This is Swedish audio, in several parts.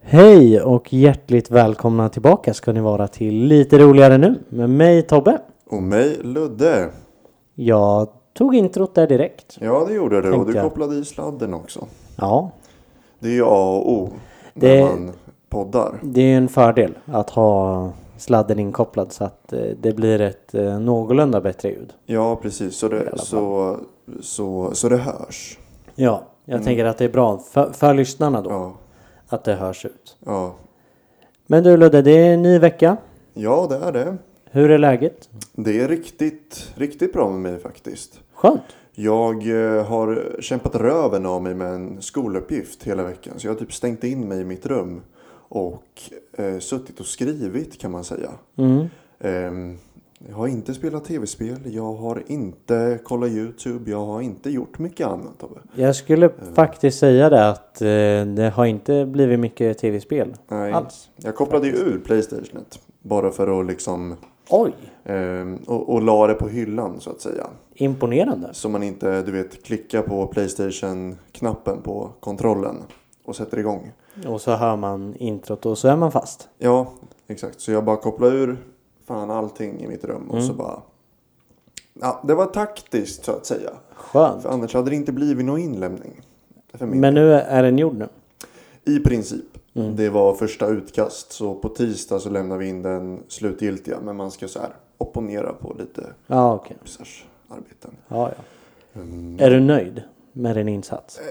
Hej och hjärtligt välkomna tillbaka ska ni vara till Lite roligare nu med mig Tobbe. Och mig Ludde. Jag tog introt där direkt. Ja, det gjorde du. Och du jag. kopplade i sladden också. Ja, Det är ju A och O när man poddar. det är en fördel att ha sladden inkopplad så att det blir ett någorlunda bättre ljud. Ja, precis. Så det hörs. Ja, jag tänker att det är bra för lyssnarna då. Ja. Att det hörs ut. Ja. Men du Ludde, det är en ny vecka. Ja, det är det. Hur är läget? Det är riktigt bra med mig faktiskt. Skönt. Jag har kämpat röven av mig med en skoluppgift hela veckan. Så jag har typ stängt in mig i mitt rum. Och suttit och skrivit kan man säga. Jag har inte spelat tv-spel. Jag har inte kollat YouTube. Jag har inte gjort mycket annat av det. Jag skulle faktiskt säga det att det har inte blivit mycket tv-spel. Nej, alls. jag kopplade ju ur PlayStationet. Bara för att liksom... Oj, och la det på hyllan så att säga. imponerande. Så man inte, du vet, klickar på PlayStation-knappen på kontrollen. Och sätter igång. Och så hör man introt och så är man fast. Ja, exakt. Så jag bara kopplade ur fan allting i mitt rum. Och så bara... Ja, det var taktiskt så att säga. Skönt. För annars hade det inte blivit någon inlämning. Men nu är den gjord nu. I princip. Det var första utkast. Så på tisdag så lämnar vi in den slutgiltiga. Men man ska så här opponera på lite Ja, okej. arbeten. Ja. Är du nöjd med din insats?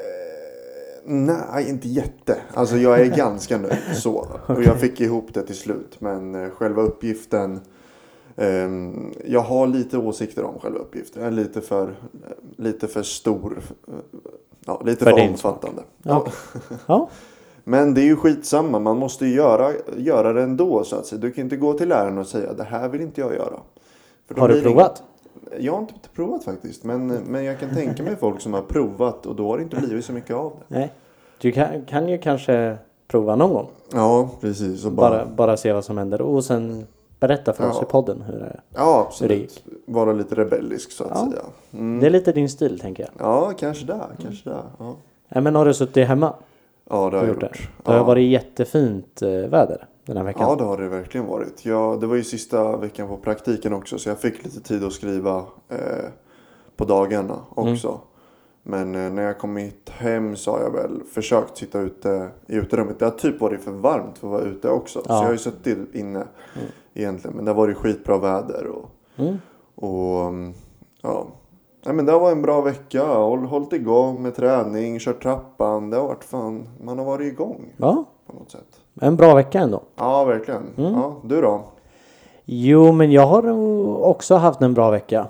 Nej, inte jätte. Alltså jag är ganska nöjd så. Och jag fick ihop det till slut. Men själva uppgiften... jag har lite åsikter om själva uppgiften. Jag är lite för stor. Ja, lite för omfattande. Ja. Ja. Men det är ju skitsamma. Man måste ju göra det ändå så att säga. Du kan inte gå till läraren och säga det här vill inte jag göra. För Har du provat? Jag har inte provat faktiskt. Men jag kan tänka mig folk som har provat och då har det inte blivit så mycket av det. Nej. Du kan ju kanske prova någon gång. Ja, precis. Och Bara se vad som händer. Och sen berätta för oss i podden hur det är. Ja, absolut. Vara lite rebellisk så att säga. Det är lite din stil tänker jag. Ja, kanske där. Ja. Ja, men har du suttit hemma? Ja, det har jag gjort. Det har varit jättefint väder den här veckan. Ja, det har det verkligen varit. Ja, det var ju sista veckan på praktiken också. Så jag fick lite tid att skriva på dagarna också. Men när jag kom hit hem så har jag väl försökt sitta ute i uterummet. Det har typ varit för varmt för att vara ute också. Så jag har ju suttit inne egentligen. Men det har varit skitbra väder. Och ja... Nej, men det var en bra vecka. Hållit igång med träning, kört trappan. Det har varit fan... Man har varit igång. Ja. På något sätt. En bra vecka ändå. Ja, verkligen. Ja, du då? Jo, men jag har också haft en bra vecka.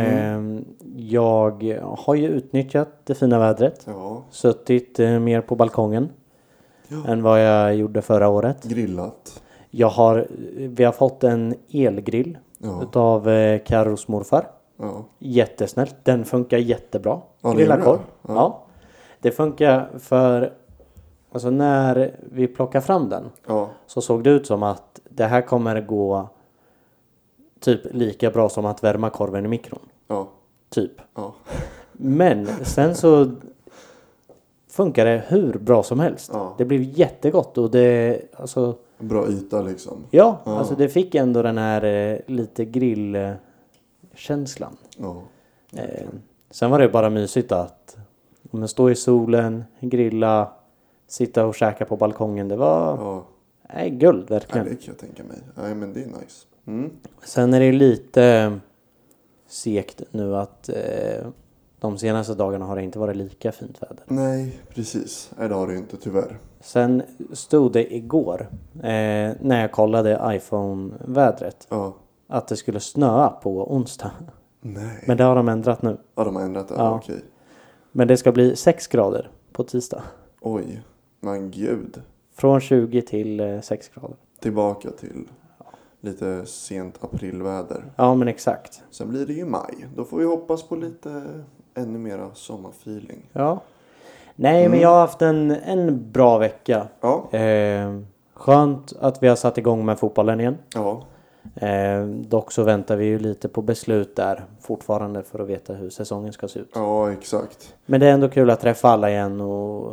Jag har ju utnyttjat det fina vädret. Ja. Suttit mer på balkongen än vad jag gjorde förra året. Grillat. Vi har fått en elgrill utav Karos morfar. Ja. Jättesnällt. Den funkar jättebra. Ja, Grilla korv. Ja. Det funkar för... Alltså när vi plockar fram den så såg det ut som att det här kommer gå typ lika bra som att värma korven i mikron. Ja. Typ. Ja. Men sen så funkar det hur bra som helst. Ja. Det blev jättegott och det alltså... Bra yta liksom. Ja, alltså det fick ändå den här lite grillkänslan. Ja. Sen var det bara mysigt att stå i solen, grilla, sitta och käka på balkongen. Det var guld verkligen. Det kan jag tänka mig. Nej, men det är nice. Sen är det lite segt nu att de senaste dagarna har det inte varit lika fint väder. Nej, precis. Nej, det har det inte tyvärr. Sen stod det igår när jag kollade iPhone-vädret att det skulle snöa på onsdag. Nej. Men det har de ändrat nu. Ja, de har ändrat det. Ja. Okej. Men det ska bli 6 grader på tisdag. Oj, men gud. Från 20 till 6 grader. Tillbaka till lite sent aprilväder. Ja, men exakt. Sen blir det ju maj. Då får vi hoppas på lite ännu mera sommarfeeling. Ja. Nej, men jag har haft en bra vecka. Ja. Skönt att vi har satt igång med fotbollen igen. Ja. Dock så väntar vi ju lite på beslut där fortfarande för att veta hur säsongen ska se ut. Ja, exakt. Men det är ändå kul att träffa alla igen och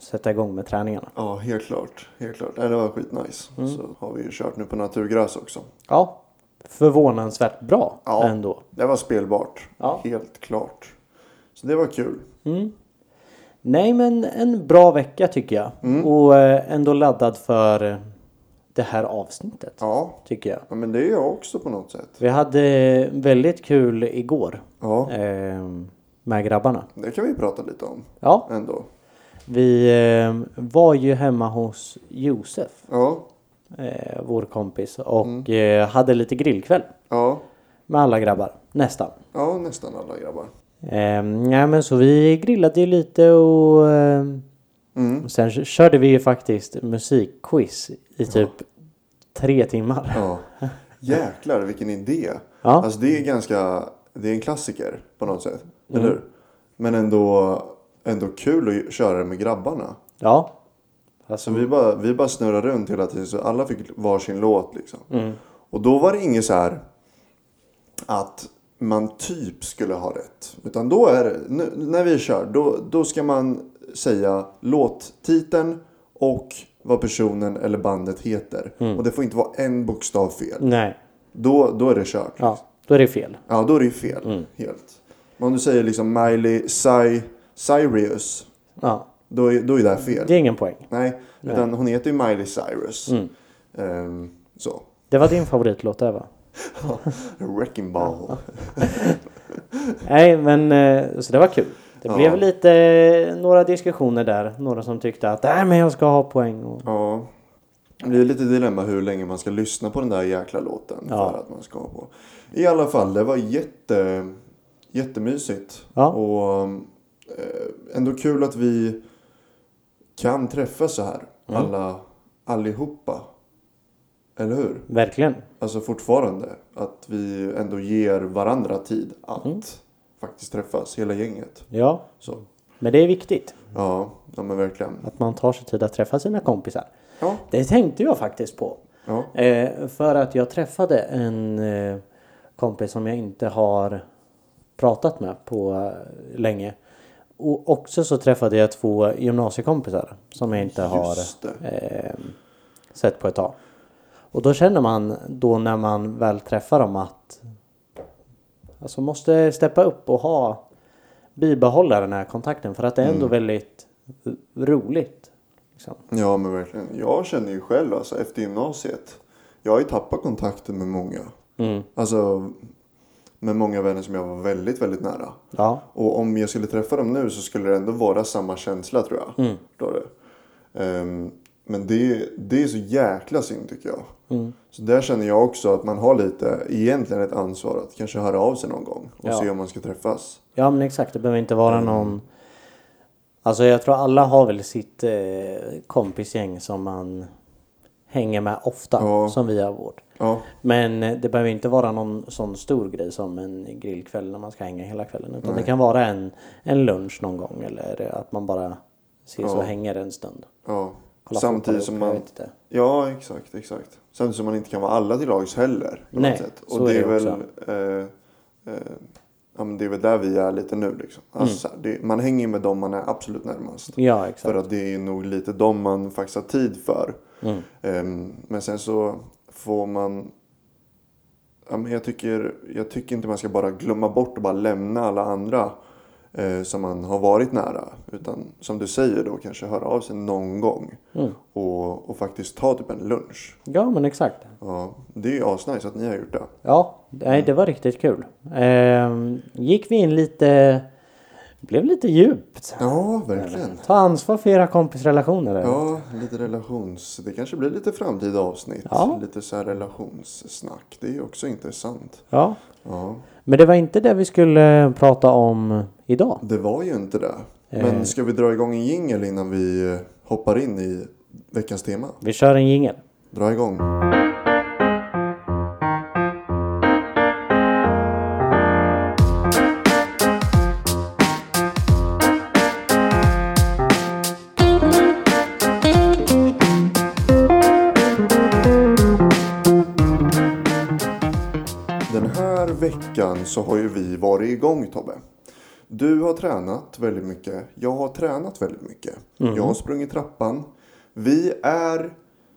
sätta igång med träningarna. Ja, helt klart. Det var skitnice. Så har vi ju kört nu på naturgräs också. Ja, förvånansvärt bra ändå. Det var spelbart. Ja. Helt klart. Så det var kul. Nej, men en bra vecka tycker jag. Och ändå laddad för det här avsnittet. Ja. Tycker jag. Ja, men det är jag också på något sätt. Vi hade väldigt kul igår. Ja. Med grabbarna. Det kan vi prata lite om. Ja. Ändå. Vi var ju hemma hos Josef. Ja. Vår kompis. Och hade lite grillkväll. Ja. Med alla grabbar. Nästan. Ja, nästan alla grabbar. Ja, men så vi grillade ju lite och sen körde vi ju faktiskt musikquiz i typ 3 timmar. Ja. Jäklar, vilken idé. Ja. Alltså det är en klassiker på något sätt. Eller? Men ändå kul att köra det med grabbarna. Ja. Alltså vi bara snurrade runt hela tiden så alla fick varsin låt liksom. Och då var det inget så här att man typ skulle ha rätt. Utan då är det, när vi kör, då ska man säga låttiteln och vad personen eller bandet heter. Och det får inte vara en bokstav fel. Nej. Då är det kört. Ja, då är det fel. Ja, då är det fel. Helt. Men om du säger liksom Miley Cyrus. Ja. Då är det fel. Det är ingen poäng. Nej. Utan hon heter ju Miley Cyrus. Så. Det var din favoritlåt där, va? Wrecking Ball. Nej, men så det var kul. Det blev lite några diskussioner där. Några som tyckte att men jag ska ha poäng. Och... Ja. Det är lite dilemma hur länge man ska lyssna på den där jäkla låten. För att man ska ha på. I alla fall, det var jättemysigt. Ja. Och ändå kul att vi kan träffas så här. Allihopa. Eller hur? Verkligen. Alltså fortfarande. Att vi ändå ger varandra tid att faktiskt träffas. Hela gänget. Ja. Så. Men det är viktigt. Ja, men verkligen. Att man tar sig tid att träffa sina kompisar. Ja. Det tänkte jag faktiskt på. Ja. För att jag träffade en kompis som jag inte har pratat med på länge. Och också så träffade jag 2 gymnasiekompisar som jag inte har sett på ett tag. Och då känner man då när man väl träffar dem att alltså måste steppa upp och bibehålla den här kontakten. För att det är ändå väldigt roligt. Liksom. Ja, men verkligen. Jag känner ju själv alltså, efter gymnasiet. Jag har ju tappat kontakten med många. Alltså med många vänner som jag var väldigt, väldigt nära. Ja. Och om jag skulle träffa dem nu så skulle det ändå vara samma känsla, tror jag. Men det är så jäkla synd, tycker jag. Så där känner jag också att man har egentligen ett ansvar att kanske höra av sig någon gång. Och se om man ska träffas. Ja, men exakt. Det behöver inte vara någon... Alltså jag tror alla har väl sitt kompisgäng som man hänger med ofta. Som vi har vårt. Ja. Men det behöver inte vara någon sån stor grej som en grillkväll när man ska hänga hela kvällen. Utan det kan vara en lunch någon gång. Eller att man bara ses och hänger en stund. Ja. Samtidigt som man... Ja, exakt. Samtidigt som man inte kan vara alla till lags heller. Nej, och det är väl... men det är väl där vi är lite nu liksom. Alltså, man hänger med dem man är absolut närmast. Ja, exakt. För att det är nog lite dem man faktiskt har tid för. Men sen så får man... jag tycker inte man ska bara glömma bort och bara lämna alla andra som man har varit nära. Utan som du säger då kanske höra av sig någon gång. Och faktiskt ta typ en lunch. Ja, men exakt. Ja, det är ju asnice att ni har gjort det. Ja, det var riktigt kul. Gick vi in lite... blev lite djupt. Ja, verkligen. Ta ansvar för era kompisrelationer. Eller? Ja, lite det kanske blir lite framtida avsnitt. Ja. Lite så här relationssnack. Det är ju också intressant. Ja. Men det var inte det vi skulle prata om idag. Det var ju inte det. Men ska vi dra igång en jingle innan vi hoppar in i veckans tema? Vi kör en jingle. Dra igång. Den här veckan så har ju vi varit igång, Tobbe. Du har tränat väldigt mycket. Jag har tränat väldigt mycket. Jag har sprungit trappan. Vi är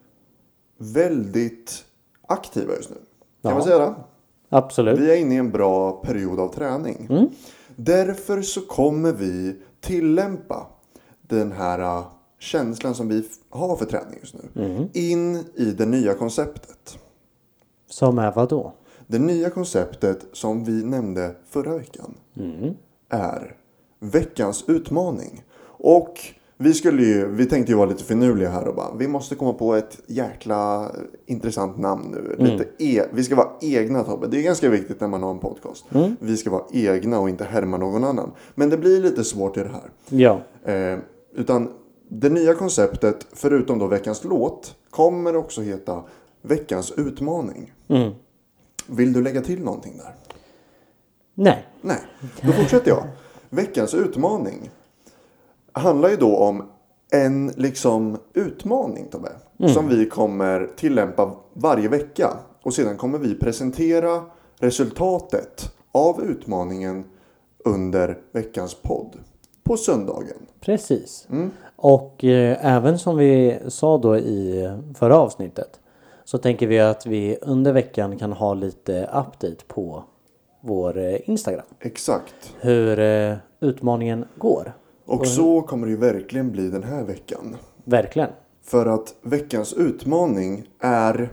väldigt aktiva just nu. Kan man säga det? Absolut. Vi är inne i en bra period av träning. Därför så kommer vi tillämpa den här känslan som vi har för träning just nu. In i det nya konceptet. Som är vad då? Det nya konceptet som vi nämnde förra veckan är veckans utmaning. Och vi tänkte ju vara lite finurliga här och bara, vi måste komma på ett jäkla intressant namn nu. Vi ska vara egna, Tobbe. Det är ganska viktigt när man har en podcast. Vi ska vara egna och inte härma någon annan. Men det blir lite svårt i det här. Ja. Utan det nya konceptet, förutom då veckans låt, kommer också heta veckans utmaning. Vill du lägga till någonting där? Nej. Då fortsätter jag. Veckans utmaning handlar ju då om en liksom utmaning, Tobbe, som vi kommer tillämpa varje vecka. Och sedan kommer vi presentera resultatet av utmaningen under veckans podd på söndagen. Precis. Och även som vi sa då i förra avsnittet, så tänker vi att vi under veckan kan ha lite update på vår Instagram. Exakt. Hur utmaningen går. Och så kommer det ju verkligen bli den här veckan. Verkligen. För att veckans utmaning är...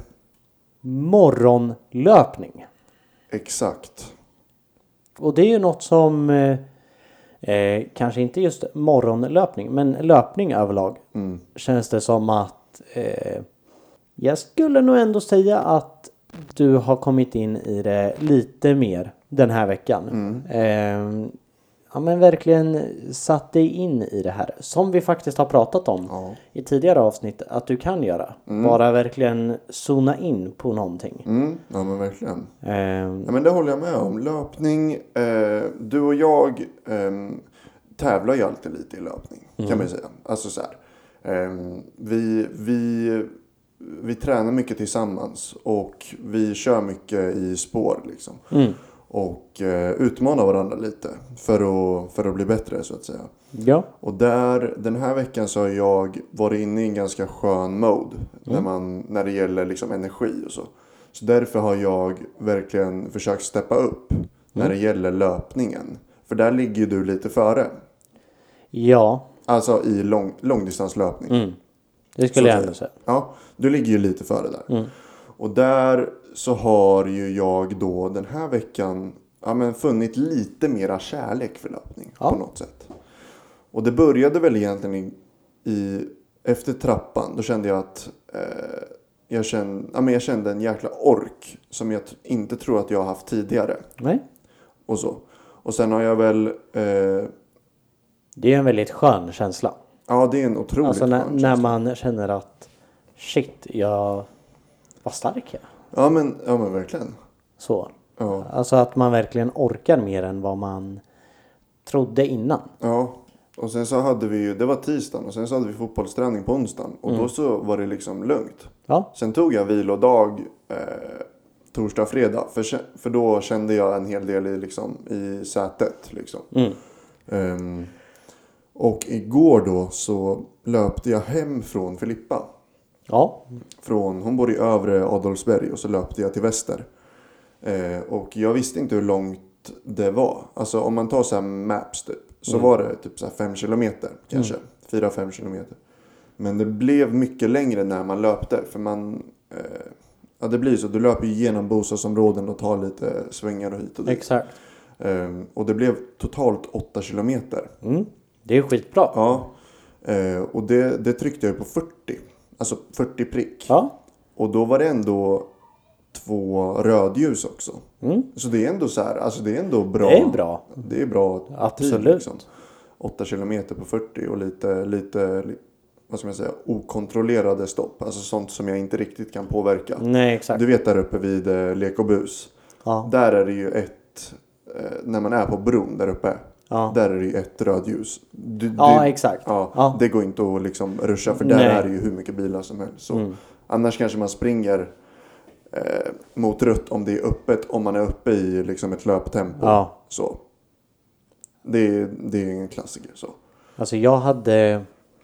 morgonlöpning. Exakt. Och det är ju något som kanske inte just morgonlöpning, men löpning överlag. Känns det som att jag skulle nog ändå säga att du har kommit in i det lite mer den här veckan. Ja, men verkligen satt dig in i det här. Som vi faktiskt har pratat om i tidigare avsnitt att du kan göra. Bara verkligen zona in på någonting. Ja, men verkligen. Ja, men det håller jag med om. Löpning, du och jag tävlar ju alltid lite i löpning. Kan man säga. Alltså så här. Vi tränar mycket tillsammans. Och vi kör mycket i spår liksom. Och utmana varandra lite för att bli bättre så att säga. Ja. Och den här veckan så har jag varit inne i en ganska skön mode. När det gäller liksom energi och så. Så därför har jag verkligen försökt steppa upp när det gäller löpningen. För där ligger ju du lite före. Ja. Alltså i långdistanslöpning. Det skulle jag ändå säga. Ja, du ligger ju lite före där. Och där så har ju jag då den här veckan funnit lite mera kärlek för löpning på något sätt. Och det började väl egentligen efter trappan. Då kände jag att jag kände en jäkla ork som jag inte tror att jag har haft tidigare. Nej. Och så. Och sen har jag väl... Det är en väldigt skön känsla. Ja, det är en otroligt skön känsla. När man känner att shit, vad stark jag är. Ja men verkligen. Så. Ja. Alltså att man verkligen orkar mer än vad man trodde innan. Ja. Och sen så hade vi ju, det var tisdagen och sen så hade vi fotbollsträning på onsdagen. Och då så var det liksom lugnt. Ja. Sen tog jag vilodag torsdag och fredag. För då kände jag en hel del i sätet liksom. Och igår då så löpte jag hem från Filippa. Ja. Hon bor i övre Adolfsberg och så löpte jag till väster. Och jag visste inte hur långt det var. Alltså om man tar så här maps typ. Så var det typ så här 5 kilometer kanske. 4-5 kilometer. Men det blev mycket längre när man löpte. För det blir så. Du löper ju genom bostadsområden och tar lite svängar och hit och dit. Exakt. Och det blev totalt 8 kilometer. Det är skitbra. Ja. Och det tryckte jag på 40. Alltså 40 prick. Ja. Och då var det ändå 2 rödljus också. Så det är ändå så här, alltså det är ändå bra. Det är bra. Det är bra. Absolut. Tid, liksom. 8 kilometer på 40 och lite vad ska man säga, okontrollerade stopp. Alltså sånt som jag inte riktigt kan påverka. Nej, exakt. Du vet där uppe vid Lek och Bus. Ja. Där är det ju när man är på bron där uppe. Ja. Där är det ju ett rödljus. Exakt. Ja. Det går inte att liksom ruscha för där är det ju hur mycket bilar som helst. Så annars kanske man springer mot rött om det är öppet. Om man är uppe i liksom ett löptempo. Ja. Så. Det är ingen klassiker så. Alltså jag hade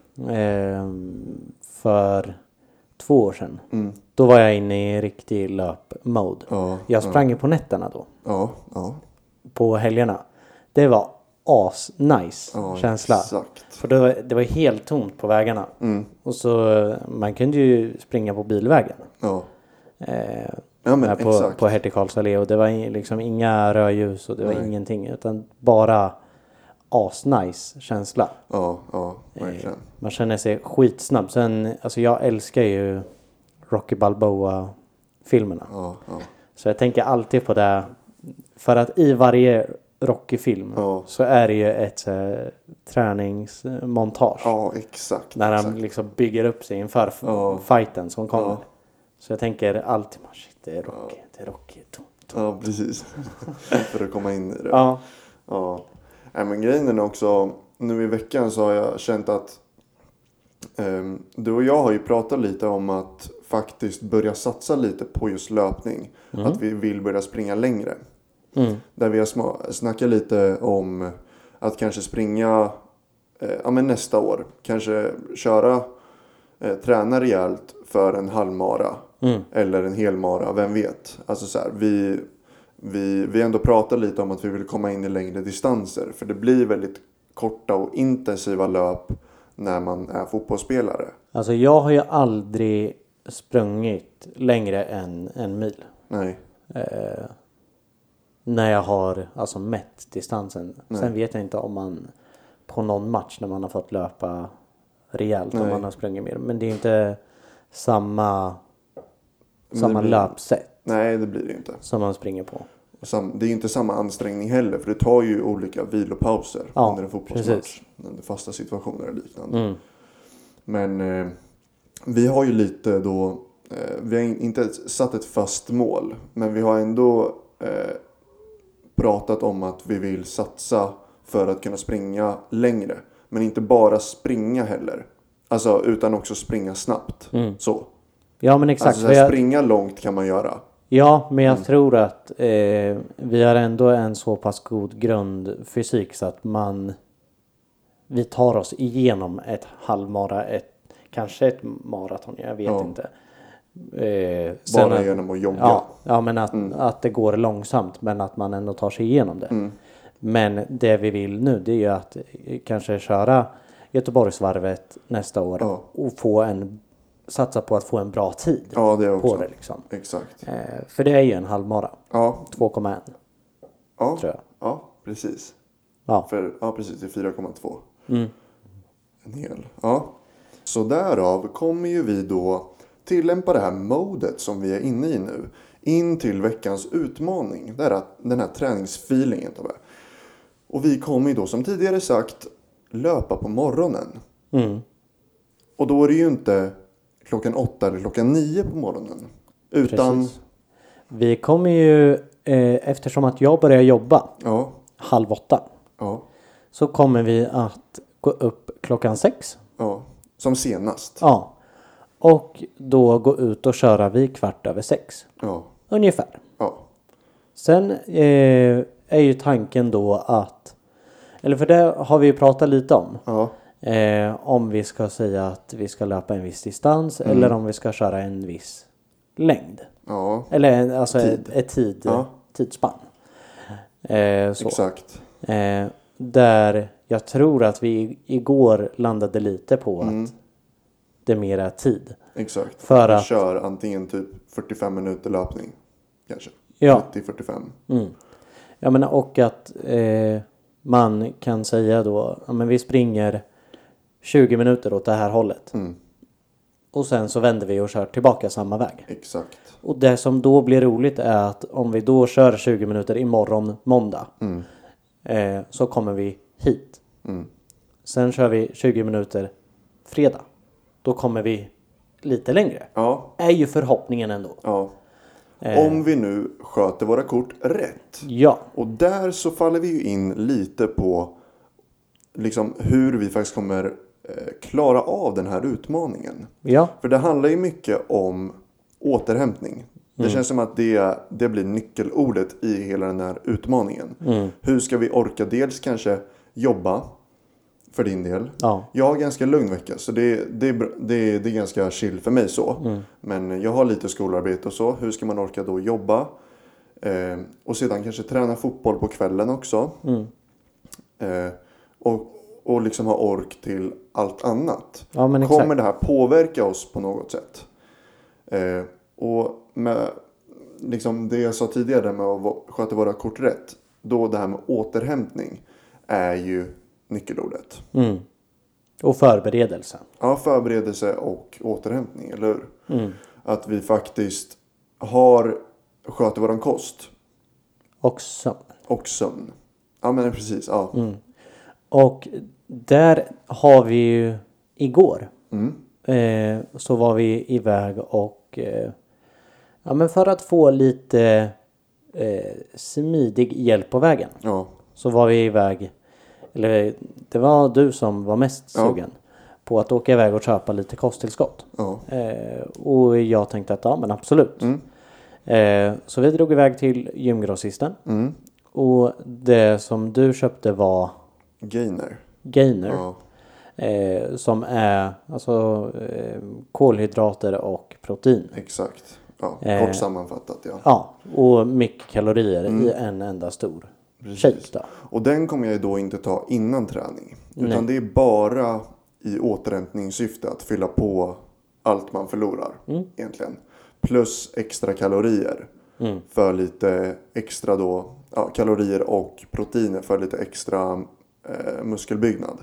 för 2 år sedan. Då var jag inne i riktig löp-mode. Jag sprang ju på nätterna då. Ja. På helgerna. Det var nice känsla. Exakt. För det var helt tomt på vägarna. Och så man kunde ju springa på bilvägen. Ja, men exakt. På Hertig Karls allé. Och det var liksom inga rödljus och det var ingenting. Utan bara nice känsla. Ja, verkligen. Man känner sig skitsnabb. Sen, alltså jag älskar ju Rocky Balboa-filmerna. Så jag tänker alltid på det. För att i varje Rocky-film så är det ju ett träningsmontage. Ja, exakt. När han liksom bygger upp sig inför fighten som kommer. Så jag tänker alltid, shit, det är Rocky. Det är Rocky. Ja, precis. För att komma in i det. Ja. Nej, men grejen är också, nu i veckan så har jag känt att du och jag har ju pratat lite om att faktiskt börja satsa lite på just löpning. Att vi vill börja springa längre. Där vi har snackat lite om att kanske springa men nästa år. Kanske köra, träna rejält för en halvmara. Eller en helmara, vem vet. Alltså så här, vi ändå pratar lite om att vi vill komma in i längre distanser. För det blir väldigt korta och intensiva löp när man är fotbollsspelare. Alltså jag har ju aldrig sprungit längre än en mil. Nej. När jag har alltså mätt distansen. Sen vet jag inte om man på någon match när man har fått löpa rejält om man har sprungit mer. Men det är inte samma löpsätt. Nej, det blir det inte. Som man springer på. Det är inte samma ansträngning heller. För det tar ju olika vilopauser under en fotbollsmatch. Under fasta situationer och liknande. Men vi har ju lite då... vi har inte satt ett fast mål. Men vi har ändå pratat om att vi vill satsa för att kunna springa längre. Men inte bara springa heller. Alltså utan också springa snabbt. Så. Ja, men exakt. Alltså springa långt kan man göra. Ja, men jag tror att vi har ändå en så pass god grundfysik så att vi tar oss igenom ett halvmara, kanske ett maraton, jag vet inte. Bara genom att jogga. Ja, men att det går långsamt men att man ändå tar sig igenom det. Men det vi vill nu, det är ju att kanske köra Göteborgsvarvet nästa år och satsa på att få en bra tid på det liksom. Exakt. För det är ju en halvmara. 2,1. Ja, tror jag. Ja, precis. Precis, det är 4,2. En hel. Ja. Så därav kommer ju vi då tillämpa det här modet som vi är inne i nu. In till veckans utmaning. Det är den här träningsfeelingen. Och vi kommer ju då som tidigare sagt löpa på morgonen. Och då är det ju inte 8 eller 9 på morgonen. Utan... Precis. Vi kommer ju, eftersom att jag börjar jobba 7:30. Så kommer vi att gå upp 6:00. Som senast. Och då gå ut och köra vid 6:15. Ungefär. Sen är ju tanken då att, eller för det har vi ju pratat lite om. Om vi ska säga att vi ska löpa en viss distans eller om vi ska köra en viss längd. Eller alltså ett tidsspann. Så. Exakt. Där jag tror att vi igår landade lite på att det mer är tid. Exakt. För att kör antingen typ 45 minuter löpning. Kanske. 30-45. Jag menar, och att man kan säga då, men vi springer 20 minuter åt det här hållet. Och sen så vänder vi och kör tillbaka samma väg. Exakt. Och det som då blir roligt är att om vi då kör 20 minuter imorgon måndag. Så kommer vi hit. Sen kör vi 20 minuter fredag. Då kommer vi lite längre. Är ju förhoppningen ändå. Om vi nu sköter våra kort rätt. Och där så faller vi ju in lite på liksom hur vi faktiskt kommer klara av den här utmaningen. För det handlar ju mycket om återhämtning. Det känns som att det blir nyckelordet i hela den här utmaningen. Hur ska vi orka dels kanske jobba för din del. Ja. Jag har ganska lugn vecka så det är ganska chill för mig så. Men jag har lite skolarbete och så. Hur ska man orka då jobba? Och sedan kanske träna fotboll på kvällen också. Och liksom ha ork till allt annat. Ja, men exakt. Kommer det här påverka oss på något sätt? Och med liksom det jag sa tidigare med att sköta våra kort rätt. Då det här med återhämtning är ju nyckelordet. Och förberedelse. Ja, förberedelse och återhämtning, eller hur? Att vi faktiskt sköter våran kost. Och sömn. Och sömn. Ja, men precis. Ja. Och där har vi ju igår. Så var vi iväg och ja, men för att få lite smidig hjälp på vägen. Ja. Så var vi iväg. Eller det var du som var mest sugen på att åka iväg och köpa lite kosttillskott. Ja. Och jag tänkte att ja, men absolut. Så vi drog iväg till gymgrossisten. Och det som du köpte var Gainer. Ja. Som är alltså kolhydrater och protein. Exakt. Ja, kort sammanfattat, ja. Ja, och mycket kalorier i en enda stor shake då. Och den kommer jag då inte ta innan träning. Utan det är bara i återhämtningssyfte att fylla på allt man förlorar egentligen. Plus extra kalorier. För lite extra då, kalorier och proteiner för lite extra muskelbyggnad.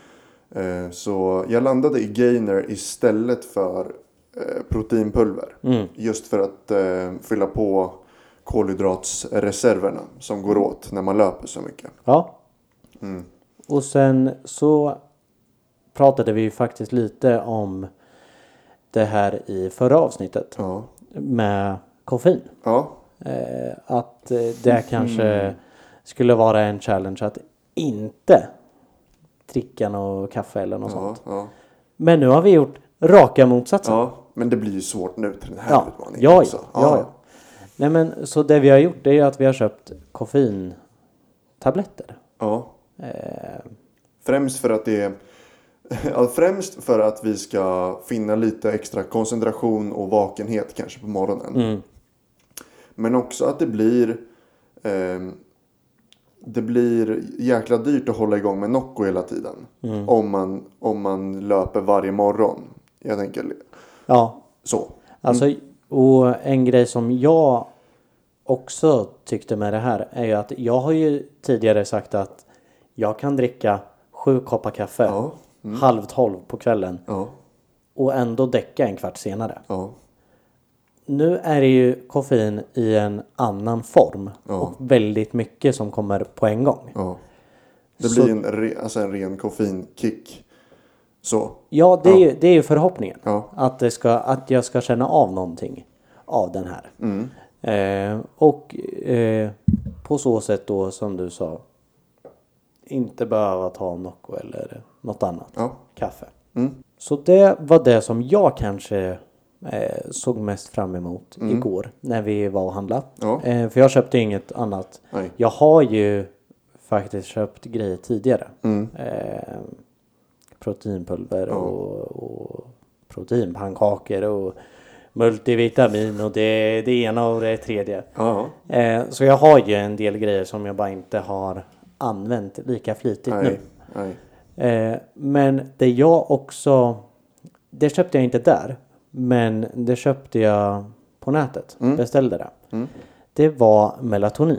Så jag landade i Gainer istället för proteinpulver. Just för att fylla på kolhydratsreserverna som går åt när man löper så mycket. Ja. Och sen så pratade vi ju faktiskt lite om det här i förra avsnittet. Med koffein. Ja. Att det kanske skulle vara en challenge att inte dricka något kaffe eller något sånt. Ja. Men nu har vi gjort raka motsatsen. Ja, men det blir ju svårt nu till den här utmaningen ja, också. Ja. Nej, men så det vi har gjort, det är ju att vi har köpt koffeintabletter. Ja. Främst för att vi ska finna lite extra koncentration och vakenhet kanske på morgonen. Men också att det blir jäkla dyrt att hålla igång med Nocco hela tiden. Om man löper varje morgon. Jag tänker så. Alltså, och en grej som jag också tyckte med det här är ju att jag har ju tidigare sagt att jag kan dricka 7 koppar kaffe 11:30 på kvällen och ändå däcka en kvart senare. Nu är det ju koffein i en annan form och väldigt mycket som kommer på en gång. Det blir en ren koffeinkick. Så. Ja, det är ju förhoppningen. Att jag ska känna av någonting av den här. Och på så sätt då, som du sa, inte behöva ta Nocco eller något annat. Kaffe. Så det var det som jag kanske såg mest fram emot igår när vi var och handlade. För jag köpte inget annat. Nej. Jag har ju faktiskt köpt grejer tidigare. Proteinpulver och proteinpannkakor och multivitamin och det ena och det tredje. Så jag har ju en del grejer som jag bara inte har använt lika flitigt nu. Men det jag också, det köpte jag inte där, men det köpte jag på nätet, beställde det. Det var melatonin.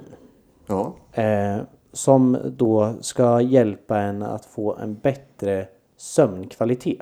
Som då ska hjälpa en att få en bättre sömnkvalitet.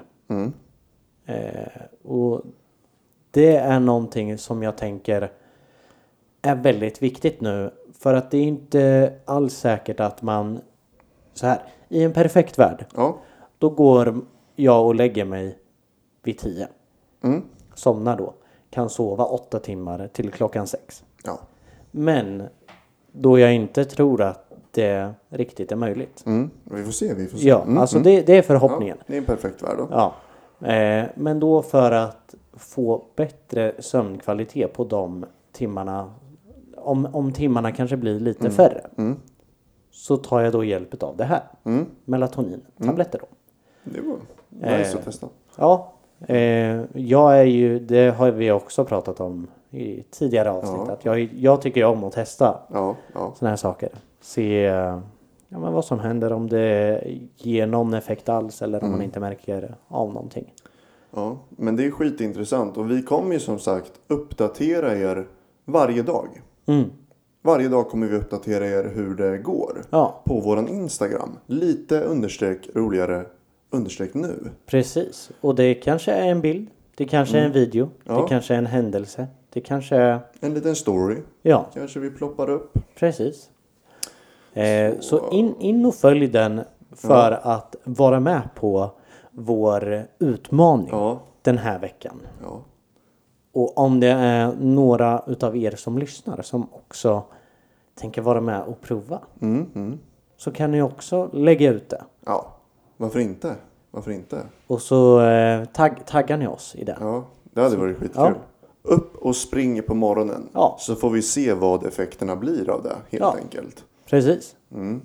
Och det är någonting som jag tänker är väldigt viktigt nu. För att det är inte alls säkert att man, så här, i en perfekt värld, då går jag och lägger mig vid 10. Somnar då. Kan sova 8 timmar till klockan 6. Men då jag inte tror att det riktigt är möjligt. Vi får se. Ja, alltså det är förhoppningen. Det är en perfekt värld då. Men då för att få bättre sömnkvalitet på de timmarna, om timmarna kanske blir lite färre, så tar jag då hjälp av det här. Melatonin-tabletter då. Det var nice att testa. Ja. Jag är ju, det har vi också pratat om i tidigare avsnitt. Att jag tycker om att testa såna här saker. Se men vad som händer, om det ger någon effekt alls eller om man inte märker av någonting. Ja, men det är skitintressant. Och vi kommer ju som sagt uppdatera er varje dag. Varje dag kommer vi uppdatera er hur det går. På våran Instagram. Lite roligare nu. Precis. Och det kanske är en bild. Det kanske är en video. Det kanske är en händelse. Det kanske är... en liten story. Ja. Kanske vi ploppar upp. Precis. Så in och följ den för att vara med på vår utmaning den här veckan. Ja. Och om det är några utav er som lyssnar som också tänker vara med och prova. Så kan ni också lägga ut det. Ja, varför inte? Och så taggar ni oss i det. Ja, det hade varit skitkul. Ja. Upp och spring på morgonen. Ja. Så får vi se vad effekterna blir av det helt enkelt. Precis.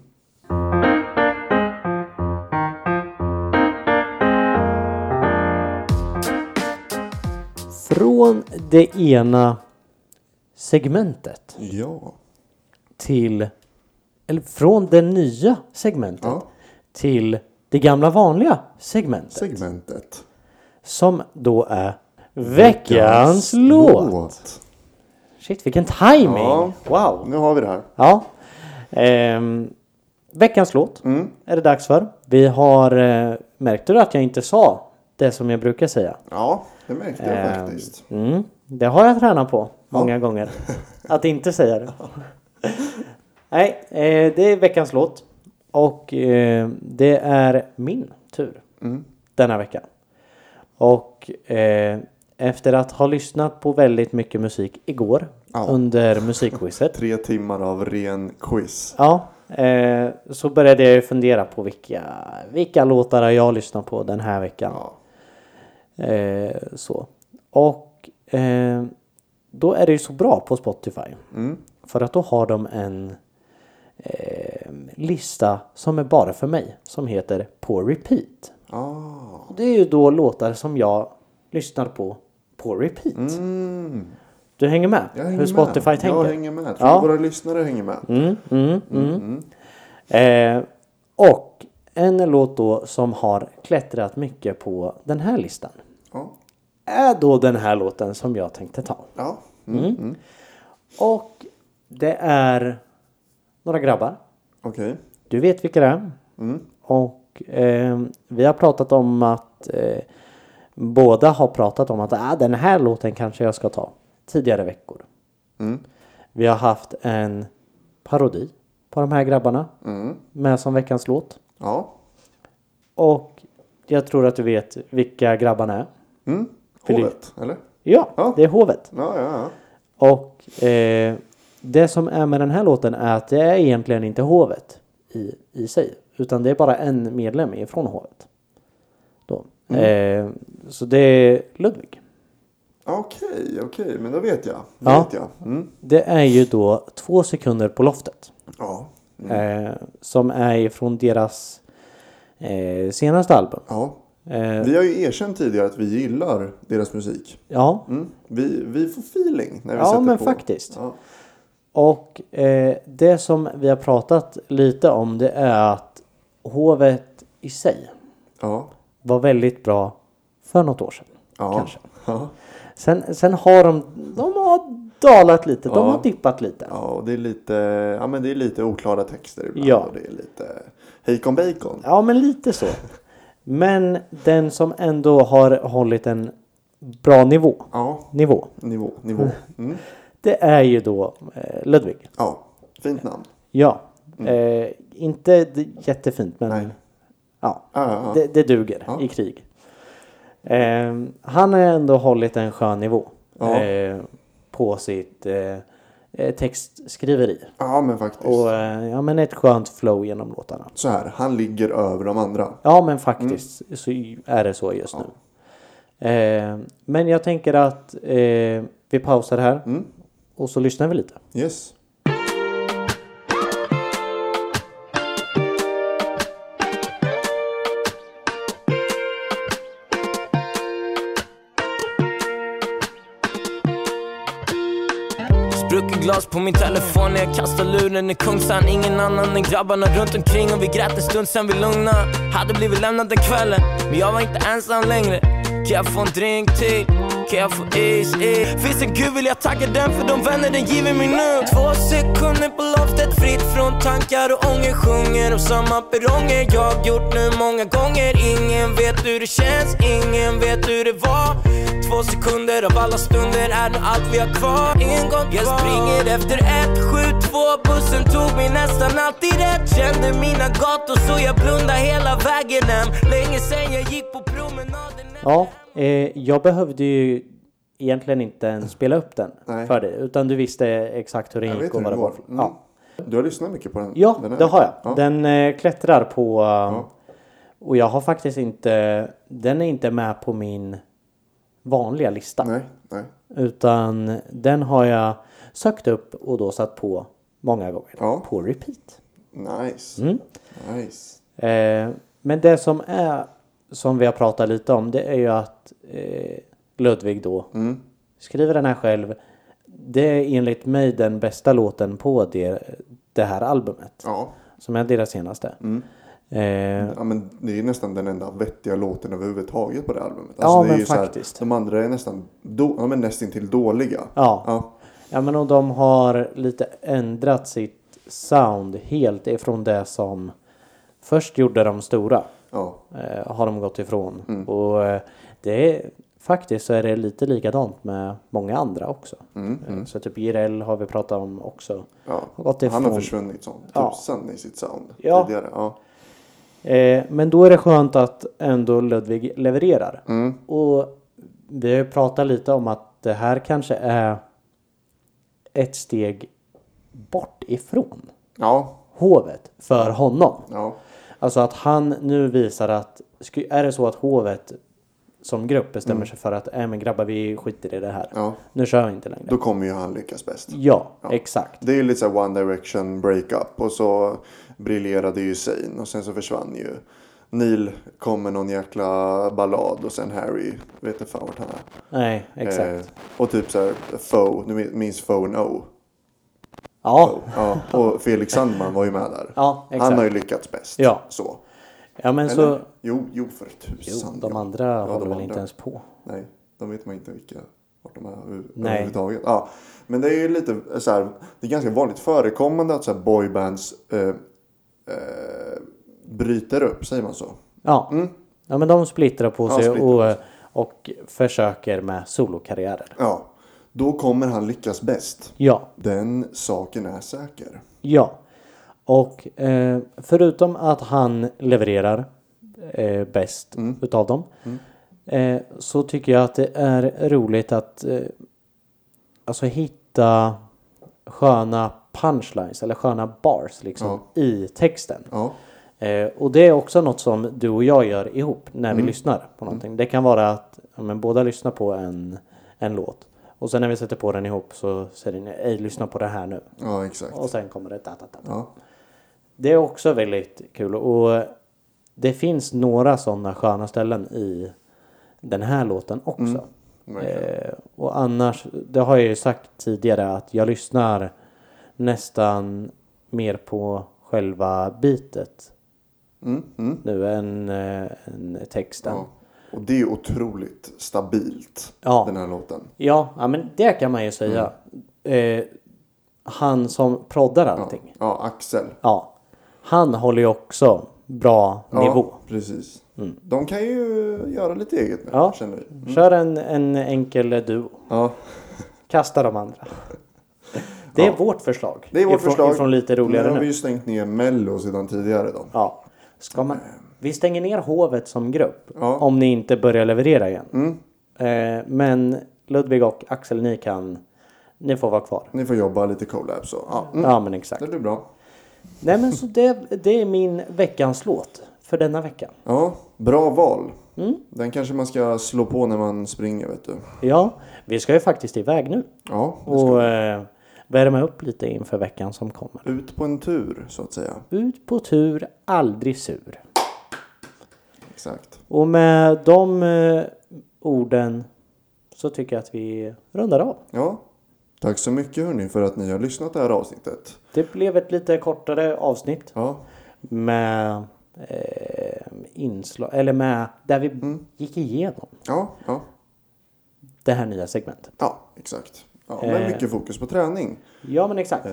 Från det ena segmentet. Ja. Från det nya segmentet till det gamla vanliga segmentet. Som då är veckans låt. Shit, vilken timing. Ja, wow. Nu har vi det här. Ja. Veckans låt är det dags för. Vi har märkte du att jag inte sa det som jag brukar säga? Ja, det märkte jag faktiskt. Det har jag tränat på många gånger. Att inte säga det. Nej, det är veckans låt. Och det är min tur denna vecka. Och efter att ha lyssnat på väldigt mycket musik igår under musikquizet. 3 timmar av ren quiz. Ja, så började jag fundera på vilka låtar jag lyssnar på den här veckan. Ja. Så. Och då är det ju så bra på Spotify. För att då har de en lista som är bara för mig. Som heter På Repeat. Det är ju då låtar som jag lyssnar på repeat. Du hänger med? Hur Spotify tänker? Jag hänger med. Jag tror våra lyssnare hänger med. Och en låt då som har klättrat mycket på den här listan. Är då den här låten som jag tänkte ta. Och det är några grabbar. Okej. Du vet vilka det är. Och vi har pratat om att båda har pratat om att den här låten kanske jag ska ta tidigare veckor. Vi har haft en parodi på de här grabbarna med som veckans låt. Ja. Och jag tror att du vet vilka grabbarna är. Hovet, eller? Ja, det är Hovet. Ja. Och det som är med den här låten är att det är egentligen inte Hovet i sig. Utan det är bara en medlem ifrån Hovet. Då. Så det är Ludvig. Okej, men då vet jag. Det är ju då 2 sekunder på loftet. Ja. Som är ifrån deras senaste album. Ja. Vi har ju erkänt tidigare att vi gillar deras musik. Ja. Vi får feeling när vi sätter på. Ja, men faktiskt. Ja. Och det som vi har pratat lite om, det är att Hovet i sig var väldigt bra för något år sedan. Kanske. Ja. Sen har de har dalat lite, de har dippat lite. Ja, och det är lite, men det är lite oklara texter ibland. Ja. Och det är lite hejkon bacon. Ja, men lite så. Men den som ändå har hållit en bra nivå. Ja. Nivå. Det är ju då Ludvig. Ja, fint namn. Ja. Inte jättefint, men nej. Ja. Det duger i krig. Han har ändå hållit en skön nivå på sitt textskriveri. Ja, men faktiskt. Och men ett skönt flow genom låtarna. Så här, han ligger över de andra. Ja, men faktiskt så är det så just nu. Men jag tänker att vi pausar här och så lyssnar vi lite. Yes. druckit glas på min telefon när jag kastar luren i Kungsan. Ingen annan än grabbarna runt omkring och vi grät en stund sen vi lugna. Hade blivit lämnad den kvällen, men jag var inte ensam längre. Kan jag få en drink till? Kan jag få is? Finns en gud vill jag tacka den för de vänner den giver mig nu. 2 sekunder på loftet, fritt från tankar och ånger. Sjunger om samma perronger jag gjort nu många gånger. Ingen vet hur det känns, ingen vet hur det var. 2 sekunder av alla stunder är nu allt vi har kvar. En gång jag springer efter 172. Bussen tog mig nästan alltid rätt. Kände mina gator så jag blundade hela vägen hem. Länge sen jag gick på promenaden. Ja, jag behövde ju egentligen inte ens spela upp den för dig. Utan du visste exakt hur det gick och vad det var. Ja. Du har lyssnat mycket på den? Ja, den det har jag. Ja. Den klättrar på... Och jag har faktiskt inte... Den är inte med på min vanliga lista. Nej. Utan den har jag sökt upp och då satt på många gånger. Ja. På repeat. Nice. Nice. Men det som är... Som vi har pratat lite om, det är ju att Ludvig då skriver den här själv. Det är enligt mig den bästa låten på det här albumet. Ja. Som är deras senaste. Ja, men det är nästan den enda vettiga låten överhuvudtaget på det albumet. Alltså, ja, det är men ju faktiskt. Så här, de andra är nästan till dåliga. Ja, men och de har lite ändrat sitt sound helt ifrån det som först gjorde de stora. Ja. Har de gått ifrån. Och det är faktiskt så är det lite likadant med många andra också. Så typ Jireel har vi pratat om också. Ja. Har gått ifrån. Han har försvunnit som tusan i sitt sound tidigare. Ja. Men då är det skönt att ändå Ludvig levererar. Och vi har pratat lite om att det här kanske är ett steg bort ifrån Hovet för honom. Ja. Alltså att han nu visar att är det så att Hovet som grupp bestämmer sig för att men grabbar vi skiter i det här. Ja. Nu kör vi inte längre. Då kommer ju han lyckas bäst. Ja, exakt. Det är ju lite så här One Direction breakup och så briljerade ju Zayn och sen så försvann ju Neil, kom med någon jäkla ballad och sen Harry vet inte fan vart han är. Nej, exakt. Och typ så här Foe, du minns Foe No. Ja. Ja. Och Felix Sandman var ju med där. Ja, exakt. Han har ju lyckats bäst. Ja. Så. Ja, men eller? så... Jo, för tusan. Jo, de andra håller väl inte ens på. Nej, de vet man inte vart de är överhuvudtaget. Ja, men det är ju lite så här, det är ganska vanligt förekommande att så här boybands bryter upp, säger man så? Ja. Ja, men de splittrar på sig och försöker med solokarriärer. Ja. Då kommer han lyckas bäst. Ja. Den saken är säker. Ja. Och förutom att han levererar bäst utav dem. Så tycker jag att det är roligt att alltså hitta sköna punchlines eller sköna bars liksom i texten. Ja. Och det är också något som du och jag gör ihop när vi lyssnar på någonting. Det kan vara att båda lyssnar på en låt. Och sen när vi sätter på den ihop så säger ni, ej lyssna på det här nu. Ja, exakt. Och sen kommer det Ja. Det är också väldigt kul. Och det finns några sådana sköna ställen i den här låten också. Och annars, det har jag ju sagt tidigare att jag lyssnar nästan mer på själva beatet nu än texten. Ja. Och det är otroligt stabilt, den här låten. Ja, men det kan man ju säga. Han som proddar allting. Ja, Axel. Ja, han håller ju också bra nivå. Precis. De kan ju göra lite eget med, känner vi. Kör en enkel duo. Ja. Kasta de andra. Det är vårt förslag. Det är vårt förslag. Ifrån lite roligare nu. Nu har vi ju stängt ner Mello sedan tidigare då. Ja. Vi stänger ner Hovet som grupp. Om ni inte börjar leverera igen. Men Ludvig och Axel, ni får vara kvar. Ni får jobba lite collab så. Ja, men exakt. Det blir bra. Nej, men så det är min veckans låt för denna vecka. Ja, bra val. Den kanske man ska slå på när man springer, vet du. Ja, vi ska ju faktiskt iväg nu. Ja, och värma upp lite inför veckan som kommer. Ut på en tur, så att säga. Ut på tur, aldrig sur. Exakt. Och med de orden så tycker jag att vi rundar av. Ja, Tack så mycket hörni för att ni har lyssnat det här avsnittet. Det blev ett lite kortare avsnitt. Ja. Med inslag, eller med där vi gick igenom. Ja. Det här nya segmentet. Ja, exakt. Ja, med mycket fokus på träning. Ja, men exakt.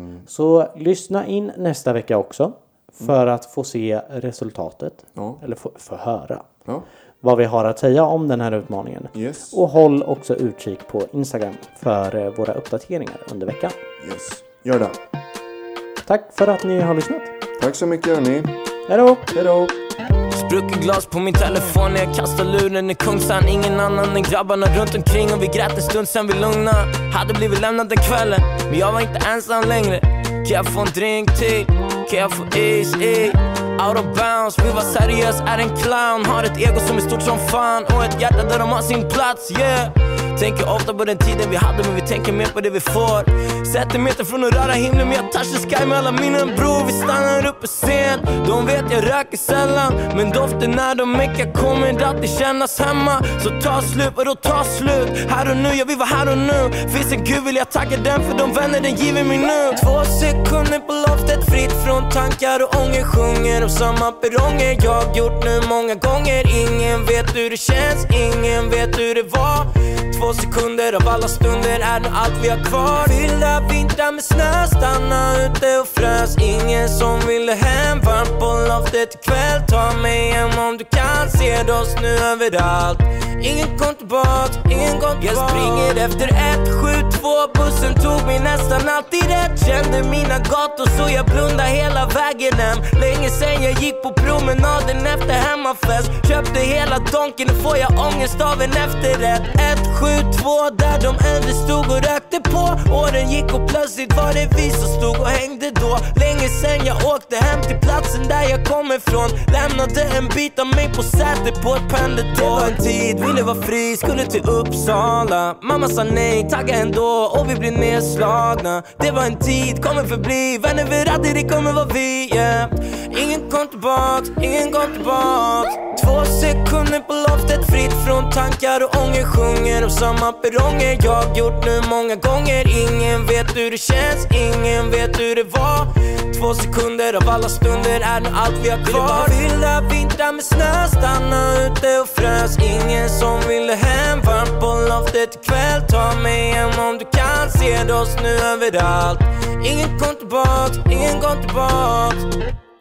Så lyssna in nästa vecka också. För att få se resultatet. Ja. Eller få höra. Ja. Vad vi har att säga om den här utmaningen. Yes. Och håll också utkik på Instagram för våra uppdateringar under veckan. Yes, gör det. Tack för att ni har lyssnat. Tack så mycket hörni. Hejdå. Hejdå. Spruckit glas på min telefon när jag kastar luren i Kungsan. Ingen annan än grabbarna runt omkring och vi grät en stund sen vi lugna. Hade blivit lämnad den kvällen, men jag var inte ensam längre. Kan jag få en drink till? Kan jag få is i? Out of bounds, vi var seriös, är en clown. Har ett ego som är stort som fan och ett hjärta där de har sin plats, yeah. Tänker ofta på den tiden vi hade, men vi tänker mer på det vi får. Sätter meter från att röra himlen, men jag touch the sky med alla minnen, bror. Vi stannar uppe sent, de vet jag röker sällan. Men doften när de mekar kommer alltid kännas hemma. Så ta slut, och då ta slut. Här och nu, ja vi var här och nu. Finns en gud vill jag tacka den för de vänner den giver mig nu. 2 sekunder på loftet, fritt från tankar och ånger. Sjunger om samma perronger jag gjort nu många gånger. Ingen vet hur det känns, ingen vet hur det var. 2 sekunder av alla stunder är nu allt vi har kvar. Fyllda vintrar med snö, stanna ute och frös. Ingen som ville hem, varmt på loftet ikväll. Ta mig hem om du kan, se oss nu överallt. Ingen kom tillbaks, ingen kom tillbaks. Jag springer efter 172, bussen tog mig nästan alltid rätt. Kände mina gator så jag blundade hela vägen hem. Länge sen jag gick på promenaden efter hemmafest. Köpte hela donken, och får jag ångest av en efterrätt. 172 där de äldre stod och rökte på. Åren gick och plötsligt var det vi som stod och hängde då. Länge sen jag åkte hem till platsen där jag kommer ifrån. Lämnade en bit av mig på sätet på ett pendeltåg. Det var en tid, ville vara fri, skulle till Uppsala. Mamma sa nej, tagga ändå och vi blev nedslagna. Det var en tid, kommer förbli. Vänner vi hade, det kommer vara vi, yeah. Ingen kom tillbaks, ingen kom tillbaks. 2 sekunder på loftet, fritt från tankar och ånger. Sjunger om samma perronger jag gjort nu många gånger. Ingen vet hur det känns, ingen vet hur det var. 2 sekunder av alla stunder är nu allt vi har kvar. Fyllda vintrar med snö, stanna ute och frös. Ingen som ville hem, varmt på loftet ikväll. Ta mig hem om du kan, se oss nu överallt. Ingen kom tillbaks, ingen kom tillbaks.